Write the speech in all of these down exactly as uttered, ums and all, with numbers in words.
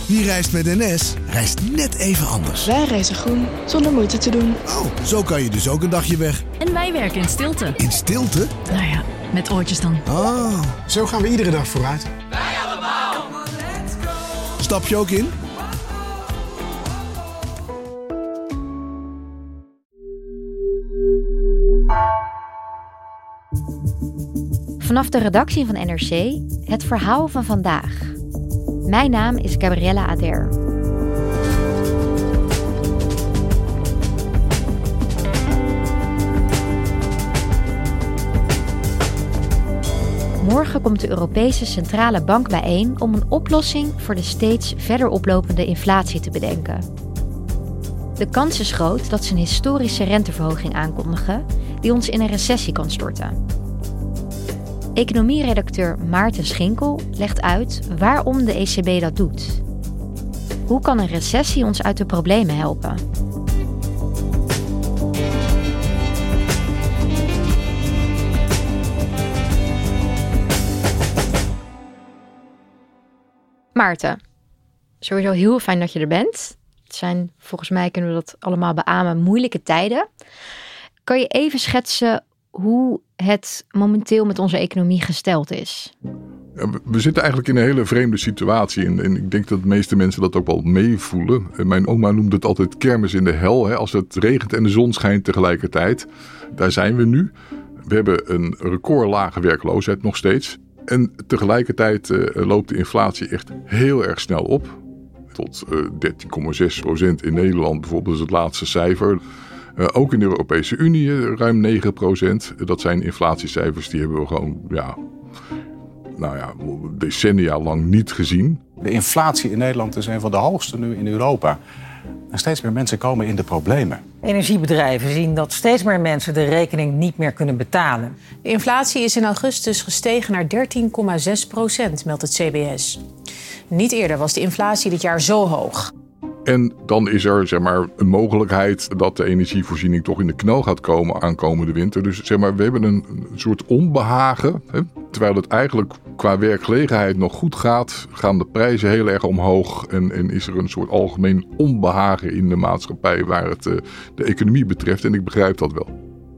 Wie reist met N S, reist net even anders. Wij reizen groen, zonder moeite te doen. Oh, zo kan je dus ook een dagje weg. En wij werken in stilte. In stilte? Nou ja, met oortjes dan. Oh. Zo gaan we iedere dag vooruit. Wij allemaal. Stap je ook in? Vanaf de redactie van N R C, het verhaal van vandaag. Mijn naam is Gabriella Ader. Morgen komt de Europese Centrale Bank bijeen om een oplossing voor de steeds verder oplopende inflatie te bedenken. De kans is groot dat ze een historische renteverhoging aankondigen die ons in een recessie kan storten. Economieredacteur Maarten Schinkel legt uit waarom de E C B dat doet. Hoe kan een recessie ons uit de problemen helpen? Maarten, sowieso heel fijn dat je er bent. Het zijn, volgens mij kunnen we dat allemaal beamen, moeilijke tijden. Kan je even schetsen hoe het momenteel met onze economie gesteld is? Ja, we zitten eigenlijk in een hele vreemde situatie. En, en ik denk dat de meeste mensen dat ook wel meevoelen. Mijn oma noemde het altijd kermis in de hel. Hè, als het regent en de zon schijnt tegelijkertijd. Daar zijn we nu. We hebben een recordlage werkloosheid nog steeds. En tegelijkertijd uh, loopt de inflatie echt heel erg snel op. Tot uh, dertien komma zes procent in Nederland bijvoorbeeld is het laatste cijfer. Uh, ook in de Europese Unie uh, ruim negen procent. Dat zijn inflatiecijfers die hebben we gewoon ja, nou ja, decennia lang niet gezien. De inflatie in Nederland is een van de hoogste nu in Europa. En steeds meer mensen komen in de problemen. Energiebedrijven zien dat steeds meer mensen de rekening niet meer kunnen betalen. De inflatie is in augustus gestegen naar dertien komma zes procent, meldt het C B S. Niet eerder was de inflatie dit jaar zo hoog. En dan is er zeg maar, een mogelijkheid dat de energievoorziening toch in de knel gaat komen aankomende winter. Dus zeg maar, we hebben een, een soort onbehagen. Hè? Terwijl het eigenlijk qua werkgelegenheid nog goed gaat, gaan de prijzen heel erg omhoog. En, en is er een soort algemeen onbehagen in de maatschappij waar het uh, de economie betreft. En ik begrijp dat wel.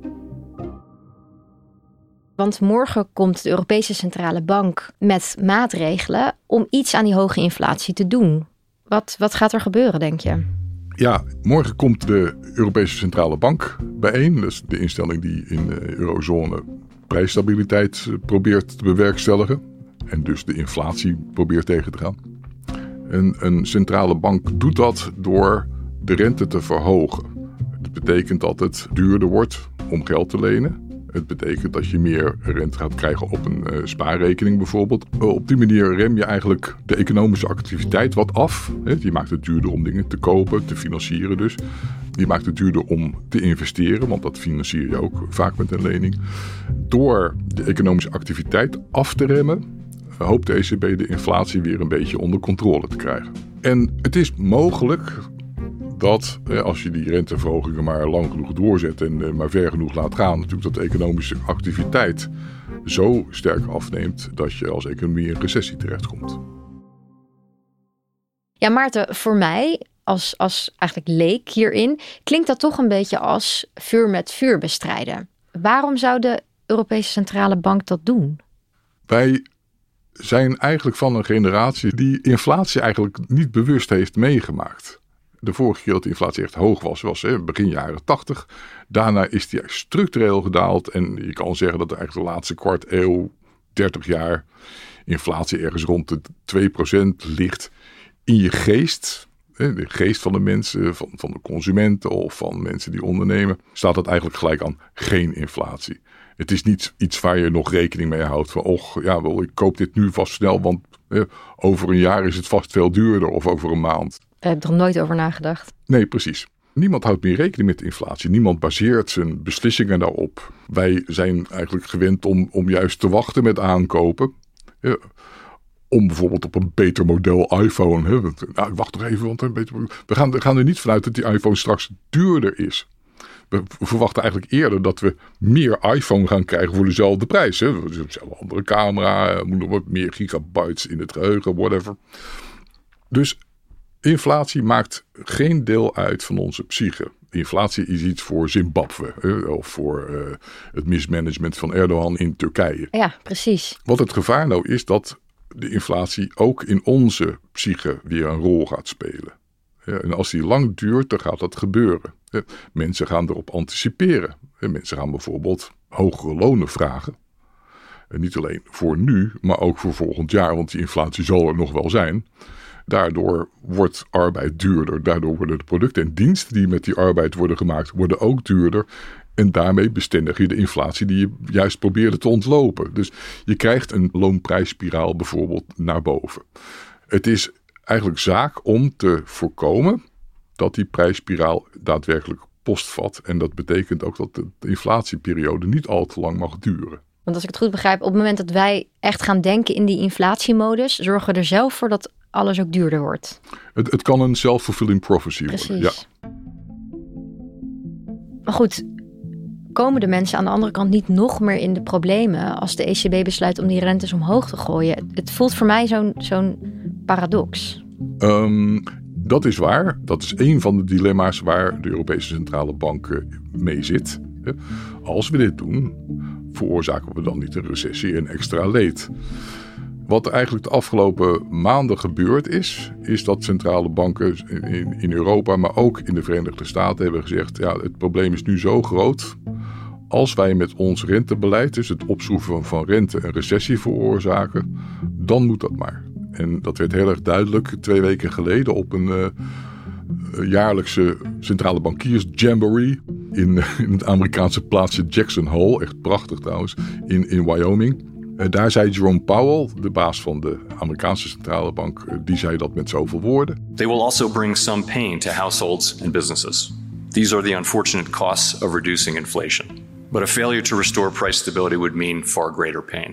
Want morgen komt de Europese Centrale Bank met maatregelen om iets aan die hoge inflatie te doen. Wat, wat gaat er gebeuren, denk je? Ja, morgen komt de Europese Centrale Bank bijeen. Dat is de instelling die in de eurozone prijsstabiliteit probeert te bewerkstelligen. En dus de inflatie probeert tegen te gaan. En een centrale bank doet dat door de rente te verhogen. Dat betekent dat het duurder wordt om geld te lenen. Het betekent dat je meer rente gaat krijgen op een uh, spaarrekening bijvoorbeeld. Uh, op die manier rem je eigenlijk de economische activiteit wat af. He, je maakt het duurder om dingen te kopen, te financieren dus. Je maakt het duurder om te investeren, want dat financier je ook vaak met een lening. Door de economische activiteit af te remmen, uh, hoopt de E C B de inflatie weer een beetje onder controle te krijgen. En het is mogelijk dat als je die renteverhogingen maar lang genoeg doorzet en maar ver genoeg laat gaan, natuurlijk dat de economische activiteit zo sterk afneemt dat je als economie in recessie terechtkomt. Ja, Maarten, voor mij als, als eigenlijk leek hierin klinkt dat toch een beetje als vuur met vuur bestrijden. Waarom zou de Europese Centrale Bank dat doen? Wij zijn eigenlijk van een generatie die inflatie eigenlijk niet bewust heeft meegemaakt. De vorige keer dat de inflatie echt hoog was, was hè, begin jaren tachtig. Daarna is die structureel gedaald. En je kan zeggen dat er eigenlijk de laatste kwart eeuw, dertig jaar, inflatie ergens rond de twee procent ligt. In je geest, hè, de geest van de mensen, van, van de consumenten of van mensen die ondernemen, staat dat eigenlijk gelijk aan geen inflatie. Het is niet iets waar je nog rekening mee houdt van, och, ja, wel, ik koop dit nu vast snel, want hè, over een jaar is het vast veel duurder of over een maand. Daar heb ik er nooit over nagedacht. Nee, precies. Niemand houdt meer rekening met inflatie. Niemand baseert zijn beslissingen daarop. Wij zijn eigenlijk gewend om, om juist te wachten met aankopen. Ja, om bijvoorbeeld op een beter model iPhone. Hè. Nou, ik wacht nog even, want een beter, we gaan, gaan er niet vanuit dat die iPhone straks duurder is. We verwachten eigenlijk eerder dat we meer iPhone gaan krijgen voor dezelfde prijs. Hè. Een andere camera, moet nog wat meer gigabytes in het geheugen, whatever. Dus Inflatie maakt geen deel uit van onze psyche. Inflatie is iets voor Zimbabwe eh, of voor uh, het mismanagement van Erdogan in Turkije. Ja, precies. Wat het gevaar nou is dat de inflatie ook in onze psyche weer een rol gaat spelen. Ja, en als die lang duurt, dan gaat dat gebeuren. Ja, mensen gaan erop anticiperen. Ja, mensen gaan bijvoorbeeld hogere lonen vragen. En niet alleen voor nu, maar ook voor volgend jaar, want die inflatie zal er nog wel zijn. Daardoor wordt arbeid duurder. Daardoor worden de producten en diensten die met die arbeid worden gemaakt, worden ook duurder. En daarmee bestendig je de inflatie die je juist probeerde te ontlopen. Dus je krijgt een loonprijsspiraal bijvoorbeeld naar boven. Het is eigenlijk zaak om te voorkomen dat die prijsspiraal daadwerkelijk postvat. En dat betekent ook dat de inflatieperiode niet al te lang mag duren. Want als ik het goed begrijp, op het moment dat wij echt gaan denken in die inflatiemodus, zorgen we er zelf voor dat alles ook duurder wordt. Het, het kan een self-fulfilling prophecy Precies. worden. Ja. Maar goed, komen de mensen aan de andere kant niet nog meer in de problemen als de E C B besluit om die rentes omhoog te gooien? Het voelt voor mij zo'n, zo'n paradox. Um, dat is waar. Dat is een van de dilemma's waar de Europese Centrale Bank mee zit. Als we dit doen, veroorzaken we dan niet een recessie en extra leed. Wat er eigenlijk de afgelopen maanden gebeurd is, is dat centrale banken in, in Europa, maar ook in de Verenigde Staten hebben gezegd, ja, het probleem is nu zo groot. Als wij met ons rentebeleid, dus het opschroeven van rente, een recessie veroorzaken, dan moet dat maar. En dat werd heel erg duidelijk twee weken geleden op een uh, jaarlijkse centrale bankiers jamboree in, in het Amerikaanse plaatsje Jackson Hole, echt prachtig trouwens, in, in Wyoming. Uh, daar zei Jerome Powell, de baas van de Amerikaanse centrale bank, uh, die zei dat met zoveel woorden. They will also bring some pain to households and businesses. These are the unfortunate costs of reducing inflation. But a failure to restore price stability would mean far greater pain.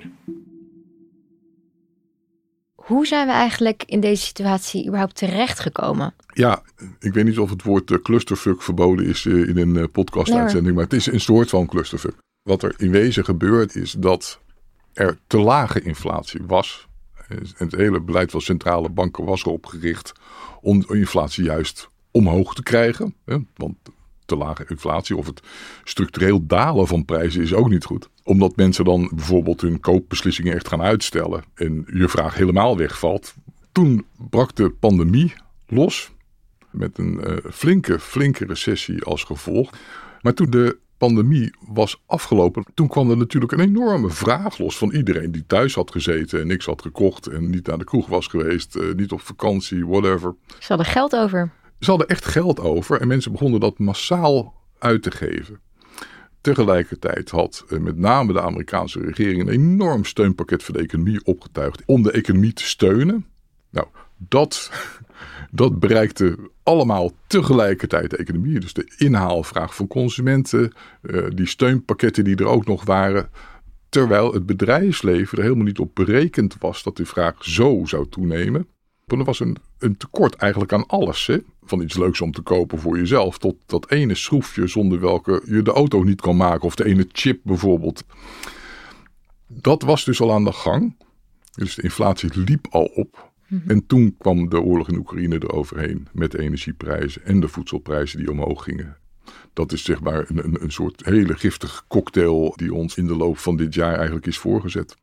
Hoe zijn we eigenlijk in deze situatie überhaupt terechtgekomen? Ja, ik weet niet of het woord clusterfuck verboden is in een podcast-uitzending, nee, maar het is een soort van clusterfuck. Wat er in wezen gebeurt is dat er te lage inflatie was. En het hele beleid van centrale banken was erop gericht om de inflatie juist omhoog te krijgen. Want te lage inflatie of het structureel dalen van prijzen is ook niet goed. Omdat mensen dan bijvoorbeeld hun koopbeslissingen echt gaan uitstellen en je vraag helemaal wegvalt. Toen brak de pandemie los met een uh, flinke, flinke recessie als gevolg. Maar toen de pandemie was afgelopen, toen kwam er natuurlijk een enorme vraag los van iedereen die thuis had gezeten en niks had gekocht en niet naar de kroeg was geweest, uh, niet op vakantie, whatever. Ze hadden geld over. Ze hadden echt geld over en mensen begonnen dat massaal uit te geven. Tegelijkertijd had uh, met name de Amerikaanse regering een enorm steunpakket voor de economie opgetuigd om de economie te steunen. Nou, dat, dat bereikte allemaal tegelijkertijd de economie. Dus de inhaalvraag van consumenten, uh, die steunpakketten die er ook nog waren. Terwijl het bedrijfsleven er helemaal niet op berekend was dat die vraag zo zou toenemen. Er was een, een tekort eigenlijk aan alles. Hè? Van iets leuks om te kopen voor jezelf tot dat ene schroefje zonder welke je de auto niet kan maken. Of de ene chip bijvoorbeeld. Dat was dus al aan de gang. Dus de inflatie liep al op. Mm-hmm. En toen kwam de oorlog in Oekraïne eroverheen met de energieprijzen en de voedselprijzen die omhoog gingen. Dat is zeg maar een, een, een soort hele giftige cocktail die ons in de loop van dit jaar eigenlijk is voorgezet.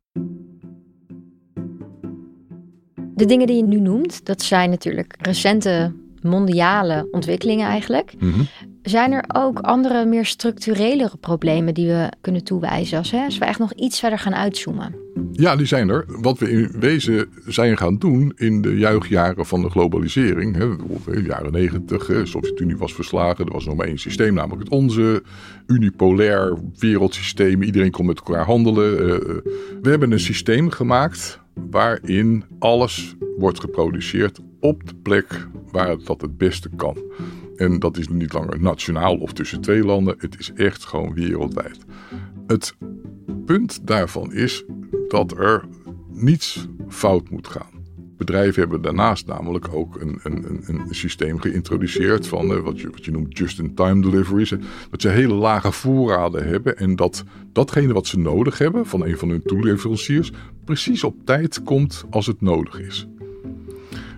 De dingen die je nu noemt, dat zijn natuurlijk recente mondiale ontwikkelingen eigenlijk. Mm-hmm. Zijn er ook andere, meer structurelere problemen die we kunnen toewijzen als, hè, als we echt nog iets verder gaan uitzoomen? Ja, die zijn er. Wat we in wezen zijn gaan doen in de juichjaren van de globalisering. Hè, de jaren negentig, de Sovjet-Unie was verslagen. Er was nog maar één systeem, namelijk het onze. Unipolair wereldsysteem. Iedereen kon met elkaar handelen. Uh, we hebben een systeem gemaakt waarin alles wordt geproduceerd op de plek waar het dat het beste kan. En dat is niet langer nationaal of tussen twee landen. Het is echt gewoon wereldwijd. Het punt daarvan is dat er niets fout moet gaan. Bedrijven hebben daarnaast namelijk ook een, een, een systeem geïntroduceerd van uh, wat, je, wat je noemt just-in-time deliveries. Dat ze hele lage voorraden hebben en dat datgene wat ze nodig hebben van een van hun toeleveranciers precies op tijd komt als het nodig is.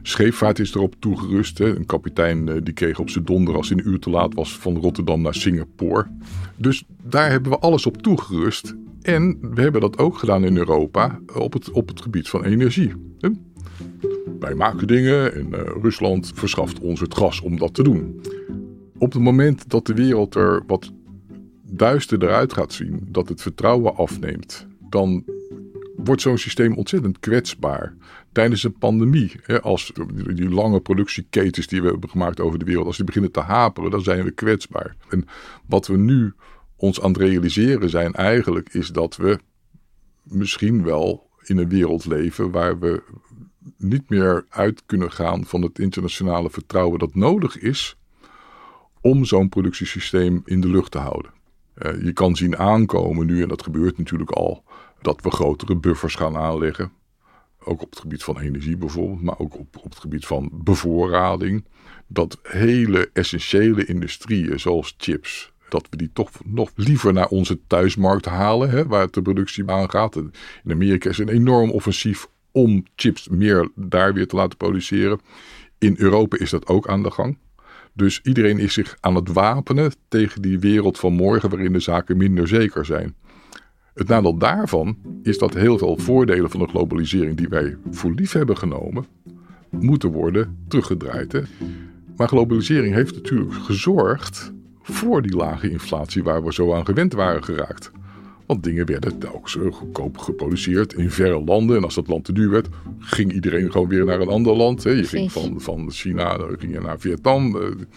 Scheepvaart is erop toegerust. Hè. Een kapitein uh, die kreeg op zijn donder als hij een uur te laat was van Rotterdam naar Singapore. Dus daar hebben we alles op toegerust. En we hebben dat ook gedaan in Europa op het, op het gebied van energie. Hè. Wij maken dingen en uh, Rusland verschaft ons het gas om dat te doen. Op het moment dat de wereld er wat duisterder uit gaat zien, dat het vertrouwen afneemt, dan wordt zo'n systeem ontzettend kwetsbaar. Tijdens een pandemie, hè, als die lange productieketens die we hebben gemaakt over de wereld, als die beginnen te haperen, dan zijn we kwetsbaar. En wat we nu ons aan het realiseren zijn eigenlijk, is dat we misschien wel in een wereld leven waar we niet meer uit kunnen gaan van het internationale vertrouwen dat nodig is om zo'n productiesysteem in de lucht te houden. Uh, je kan zien aankomen nu, en dat gebeurt natuurlijk al, dat we grotere buffers gaan aanleggen. Ook op het gebied van energie bijvoorbeeld, maar ook op, op het gebied van bevoorrading. Dat hele essentiële industrieën zoals chips, dat we die toch nog liever naar onze thuismarkt halen, hè, waar het de productie aangaat. In Amerika is een enorm offensief om chips meer daar weer te laten produceren. In Europa is dat ook aan de gang. Dus iedereen is zich aan het wapenen tegen die wereld van morgen waarin de zaken minder zeker zijn. Het nadeel daarvan is dat heel veel voordelen van de globalisering die wij voor lief hebben genomen, moeten worden teruggedraaid. Hè? Maar globalisering heeft natuurlijk gezorgd voor die lage inflatie waar we zo aan gewend waren geraakt. Want dingen werden telkens goedkoop geproduceerd in verre landen. En als dat land te duur werd, ging iedereen gewoon weer naar een ander land. Hè. Je ging van, van China ging je naar Vietnam.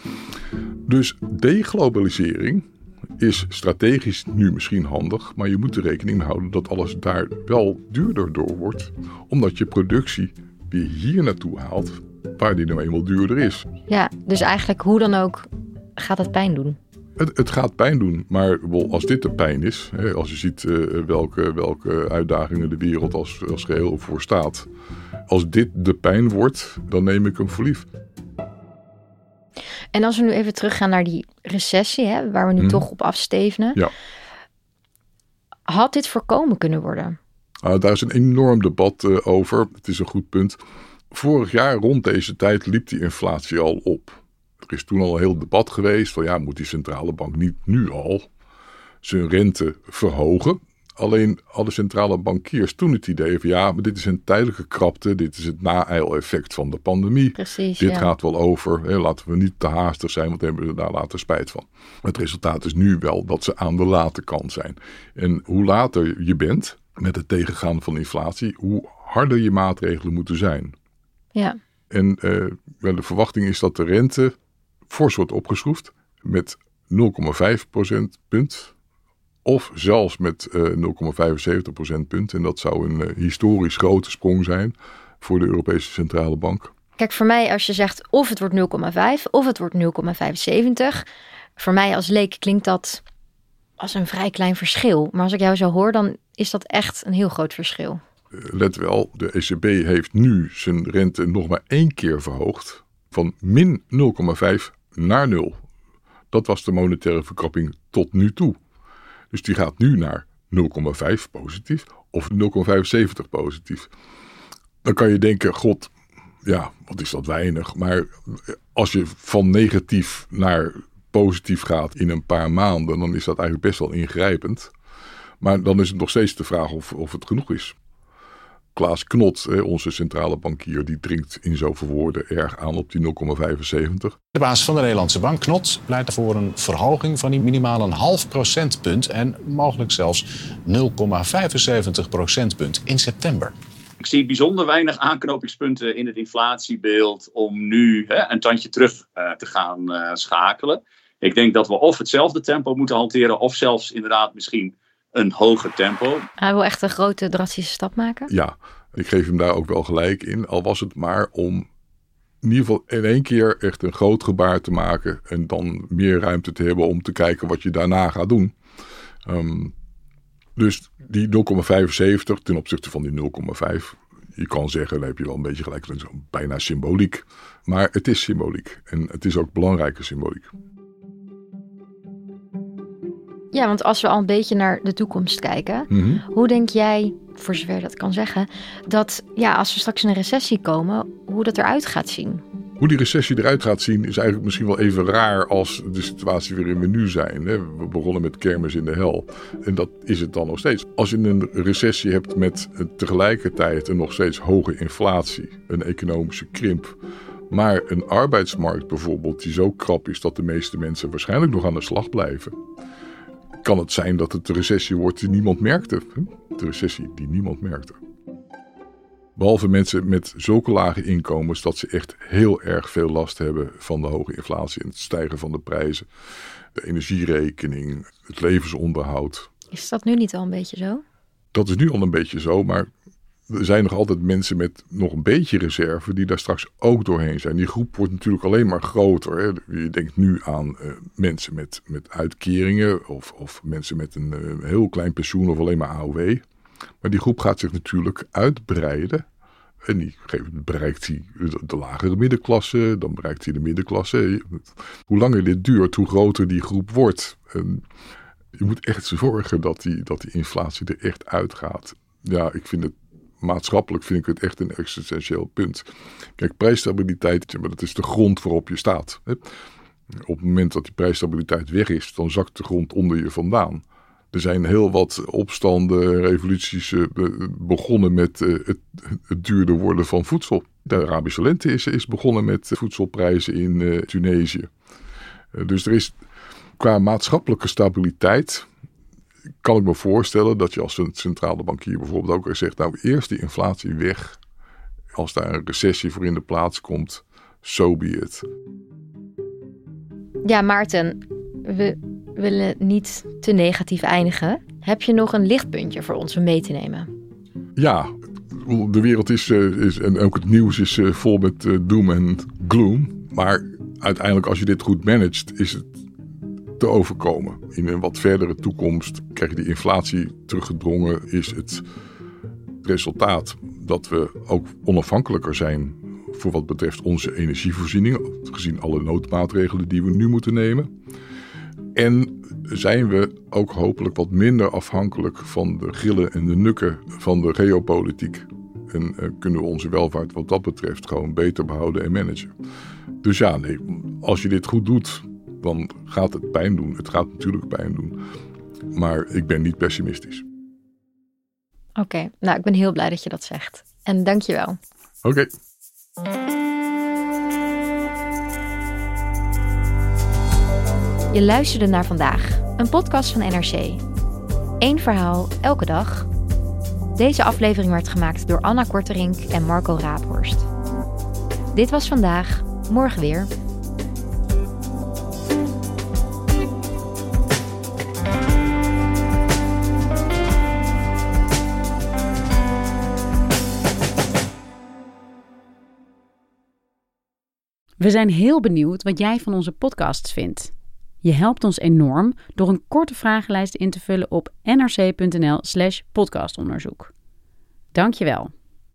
Dus deglobalisering is strategisch nu misschien handig. Maar je moet er rekening mee houden dat alles daar wel duurder door wordt. Omdat je productie weer hier naartoe haalt waar die nou eenmaal duurder is. Ja, dus eigenlijk hoe dan ook gaat het pijn doen. Het, het gaat pijn doen, maar als dit de pijn is, hè, als je ziet uh, welke, welke uitdagingen de wereld als, als geheel voor staat. Als dit de pijn wordt, dan neem ik hem voor lief. En als we nu even teruggaan naar die recessie, hè, waar we nu hmm. toch op afstevenen. Ja. Had dit voorkomen kunnen worden? Uh, daar is een enorm debat uh, over. Het is een goed punt. Vorig jaar rond deze tijd liep die inflatie al op. Er is toen al een heel debat geweest van ja, moet die centrale bank niet nu al zijn rente verhogen? Alleen hadden centrale bankiers toen het idee van ja, maar dit is een tijdelijke krapte, dit is het na-eileffect van de pandemie. Precies, dit ja. gaat wel over, hè, laten we niet te haastig zijn, want dan hebben we daar later spijt van. Het resultaat is nu wel dat ze aan de late kant zijn. En hoe later je bent met het tegengaan van inflatie, hoe harder je maatregelen moeten zijn. Ja. En uh, de verwachting is dat de rente fors wordt opgeschroefd met nul komma vijf procentpunt of zelfs met uh, nul komma vijfenzeventig procentpunt. En dat zou een uh, historisch grote sprong zijn voor de Europese Centrale Bank. Kijk, voor mij als je zegt of het wordt nul komma vijf of het wordt nul komma vijfenzeventig. Voor mij als leek klinkt dat als een vrij klein verschil. Maar als ik jou zo hoor, dan is dat echt een heel groot verschil. Uh, let wel, de E C B heeft nu zijn rente nog maar één keer verhoogd. Van min nul komma vijf naar nul. Dat was de monetaire verkrapping tot nu toe. Dus die gaat nu naar nul komma vijf positief of nul komma vijfenzeventig positief. Dan kan je denken, god, ja, wat is dat weinig. Maar als je van negatief naar positief gaat in een paar maanden, dan is dat eigenlijk best wel ingrijpend. Maar dan is het nog steeds de vraag of, of het genoeg is. Klaas Knot, onze centrale bankier, die dringt in zoveel woorden erg aan op die nul komma vijfenzeventig. De baas van de Nederlandse Bank, Knot, pleit voor een verhoging van die minimaal een half procentpunt en mogelijk zelfs nul komma vijfenzeventig procentpunt in september. Ik zie bijzonder weinig aanknopingspunten in het inflatiebeeld om nu hè, een tandje terug uh, te gaan uh, schakelen. Ik denk dat we of hetzelfde tempo moeten hanteren of zelfs inderdaad misschien een hoger tempo. Hij wil echt een grote drastische stap maken? Ja, ik geef hem daar ook wel gelijk in. Al was het maar om in ieder geval in één keer echt een groot gebaar te maken. En dan meer ruimte te hebben om te kijken wat je daarna gaat doen. Um, dus die nul komma vijfenzeventig ten opzichte van die nul komma vijf. Je kan zeggen, dan heb je wel een beetje gelijk. Dat is bijna symboliek. Maar het is symboliek. En het is ook belangrijke symboliek. Ja, want als we al een beetje naar de toekomst kijken. Mm-hmm. Hoe denk jij voor zover je dat kan zeggen, dat ja, als we straks in een recessie komen, hoe dat eruit gaat zien. Hoe die recessie eruit gaat zien is eigenlijk misschien wel even raar als de situatie waarin we nu zijn. We begonnen met kermis in de hel. En dat is het dan nog steeds. Als je een recessie hebt met tegelijkertijd een nog steeds hoge inflatie, een economische krimp, maar een arbeidsmarkt bijvoorbeeld die zo krap is dat de meeste mensen waarschijnlijk nog aan de slag blijven, kan het zijn dat het de recessie wordt die niemand merkte. De recessie die niemand merkte. Behalve mensen met zulke lage inkomens dat ze echt heel erg veel last hebben van de hoge inflatie en het stijgen van de prijzen. De energierekening, het levensonderhoud. Is dat nu niet al een beetje zo? Dat is nu al een beetje zo, maar er zijn nog altijd mensen met nog een beetje reserve die daar straks ook doorheen zijn. Die groep wordt natuurlijk alleen maar groter. Hè. Je denkt nu aan uh, mensen met, met uitkeringen of, of mensen met een uh, heel klein pensioen of alleen maar A O W. Maar die groep gaat zich natuurlijk uitbreiden. En die bereikt hij de lagere middenklasse, dan bereikt hij de middenklasse. Hoe langer dit duurt, hoe groter die groep wordt. En je moet echt zorgen dat die, dat die inflatie er echt uitgaat. Ja, ik vind het maatschappelijk vind ik het echt een existentieel punt. Kijk, prijsstabiliteit, dat is de grond waarop je staat. Op het moment dat die prijsstabiliteit weg is, dan zakt de grond onder je vandaan. Er zijn heel wat opstanden, revoluties uh, begonnen met uh, het, het duurder worden van voedsel. De Arabische lente is, is begonnen met voedselprijzen in uh, Tunesië. Uh, dus er is qua maatschappelijke stabiliteit, kan ik me voorstellen dat je als een centrale bankier bijvoorbeeld ook zegt, nou eerst die inflatie weg. Als daar een recessie voor in de plaats komt, so be it. Ja, Maarten, we willen niet te negatief eindigen. Heb je nog een lichtpuntje voor ons om mee te nemen? Ja, de wereld is, is en ook het nieuws is vol met doom en gloom. Maar uiteindelijk als je dit goed managt, is het te overkomen. In een wat verdere toekomst krijg je die inflatie teruggedrongen. Is het resultaat dat we ook onafhankelijker zijn voor wat betreft onze energievoorziening, gezien alle noodmaatregelen die we nu moeten nemen. En zijn we ook hopelijk wat minder afhankelijk van de grillen en de nukken van de geopolitiek. En uh, kunnen we onze welvaart wat dat betreft gewoon beter behouden en managen. Dus ja, nee, als je dit goed doet, dan gaat het pijn doen. Het gaat natuurlijk pijn doen. Maar ik ben niet pessimistisch. Oké, okay, nou ik ben heel blij dat je dat zegt. En dank je wel. Oké. Okay. Je luisterde naar Vandaag, een podcast van N R C. Eén verhaal, elke dag. Deze aflevering werd gemaakt door Anna Korterink en Marco Raaphorst. Dit was Vandaag, morgen weer. We zijn heel benieuwd wat jij van onze podcasts vindt. Je helpt ons enorm door een korte vragenlijst in te vullen op nrc.nl slash podcastonderzoek. Dank je wel.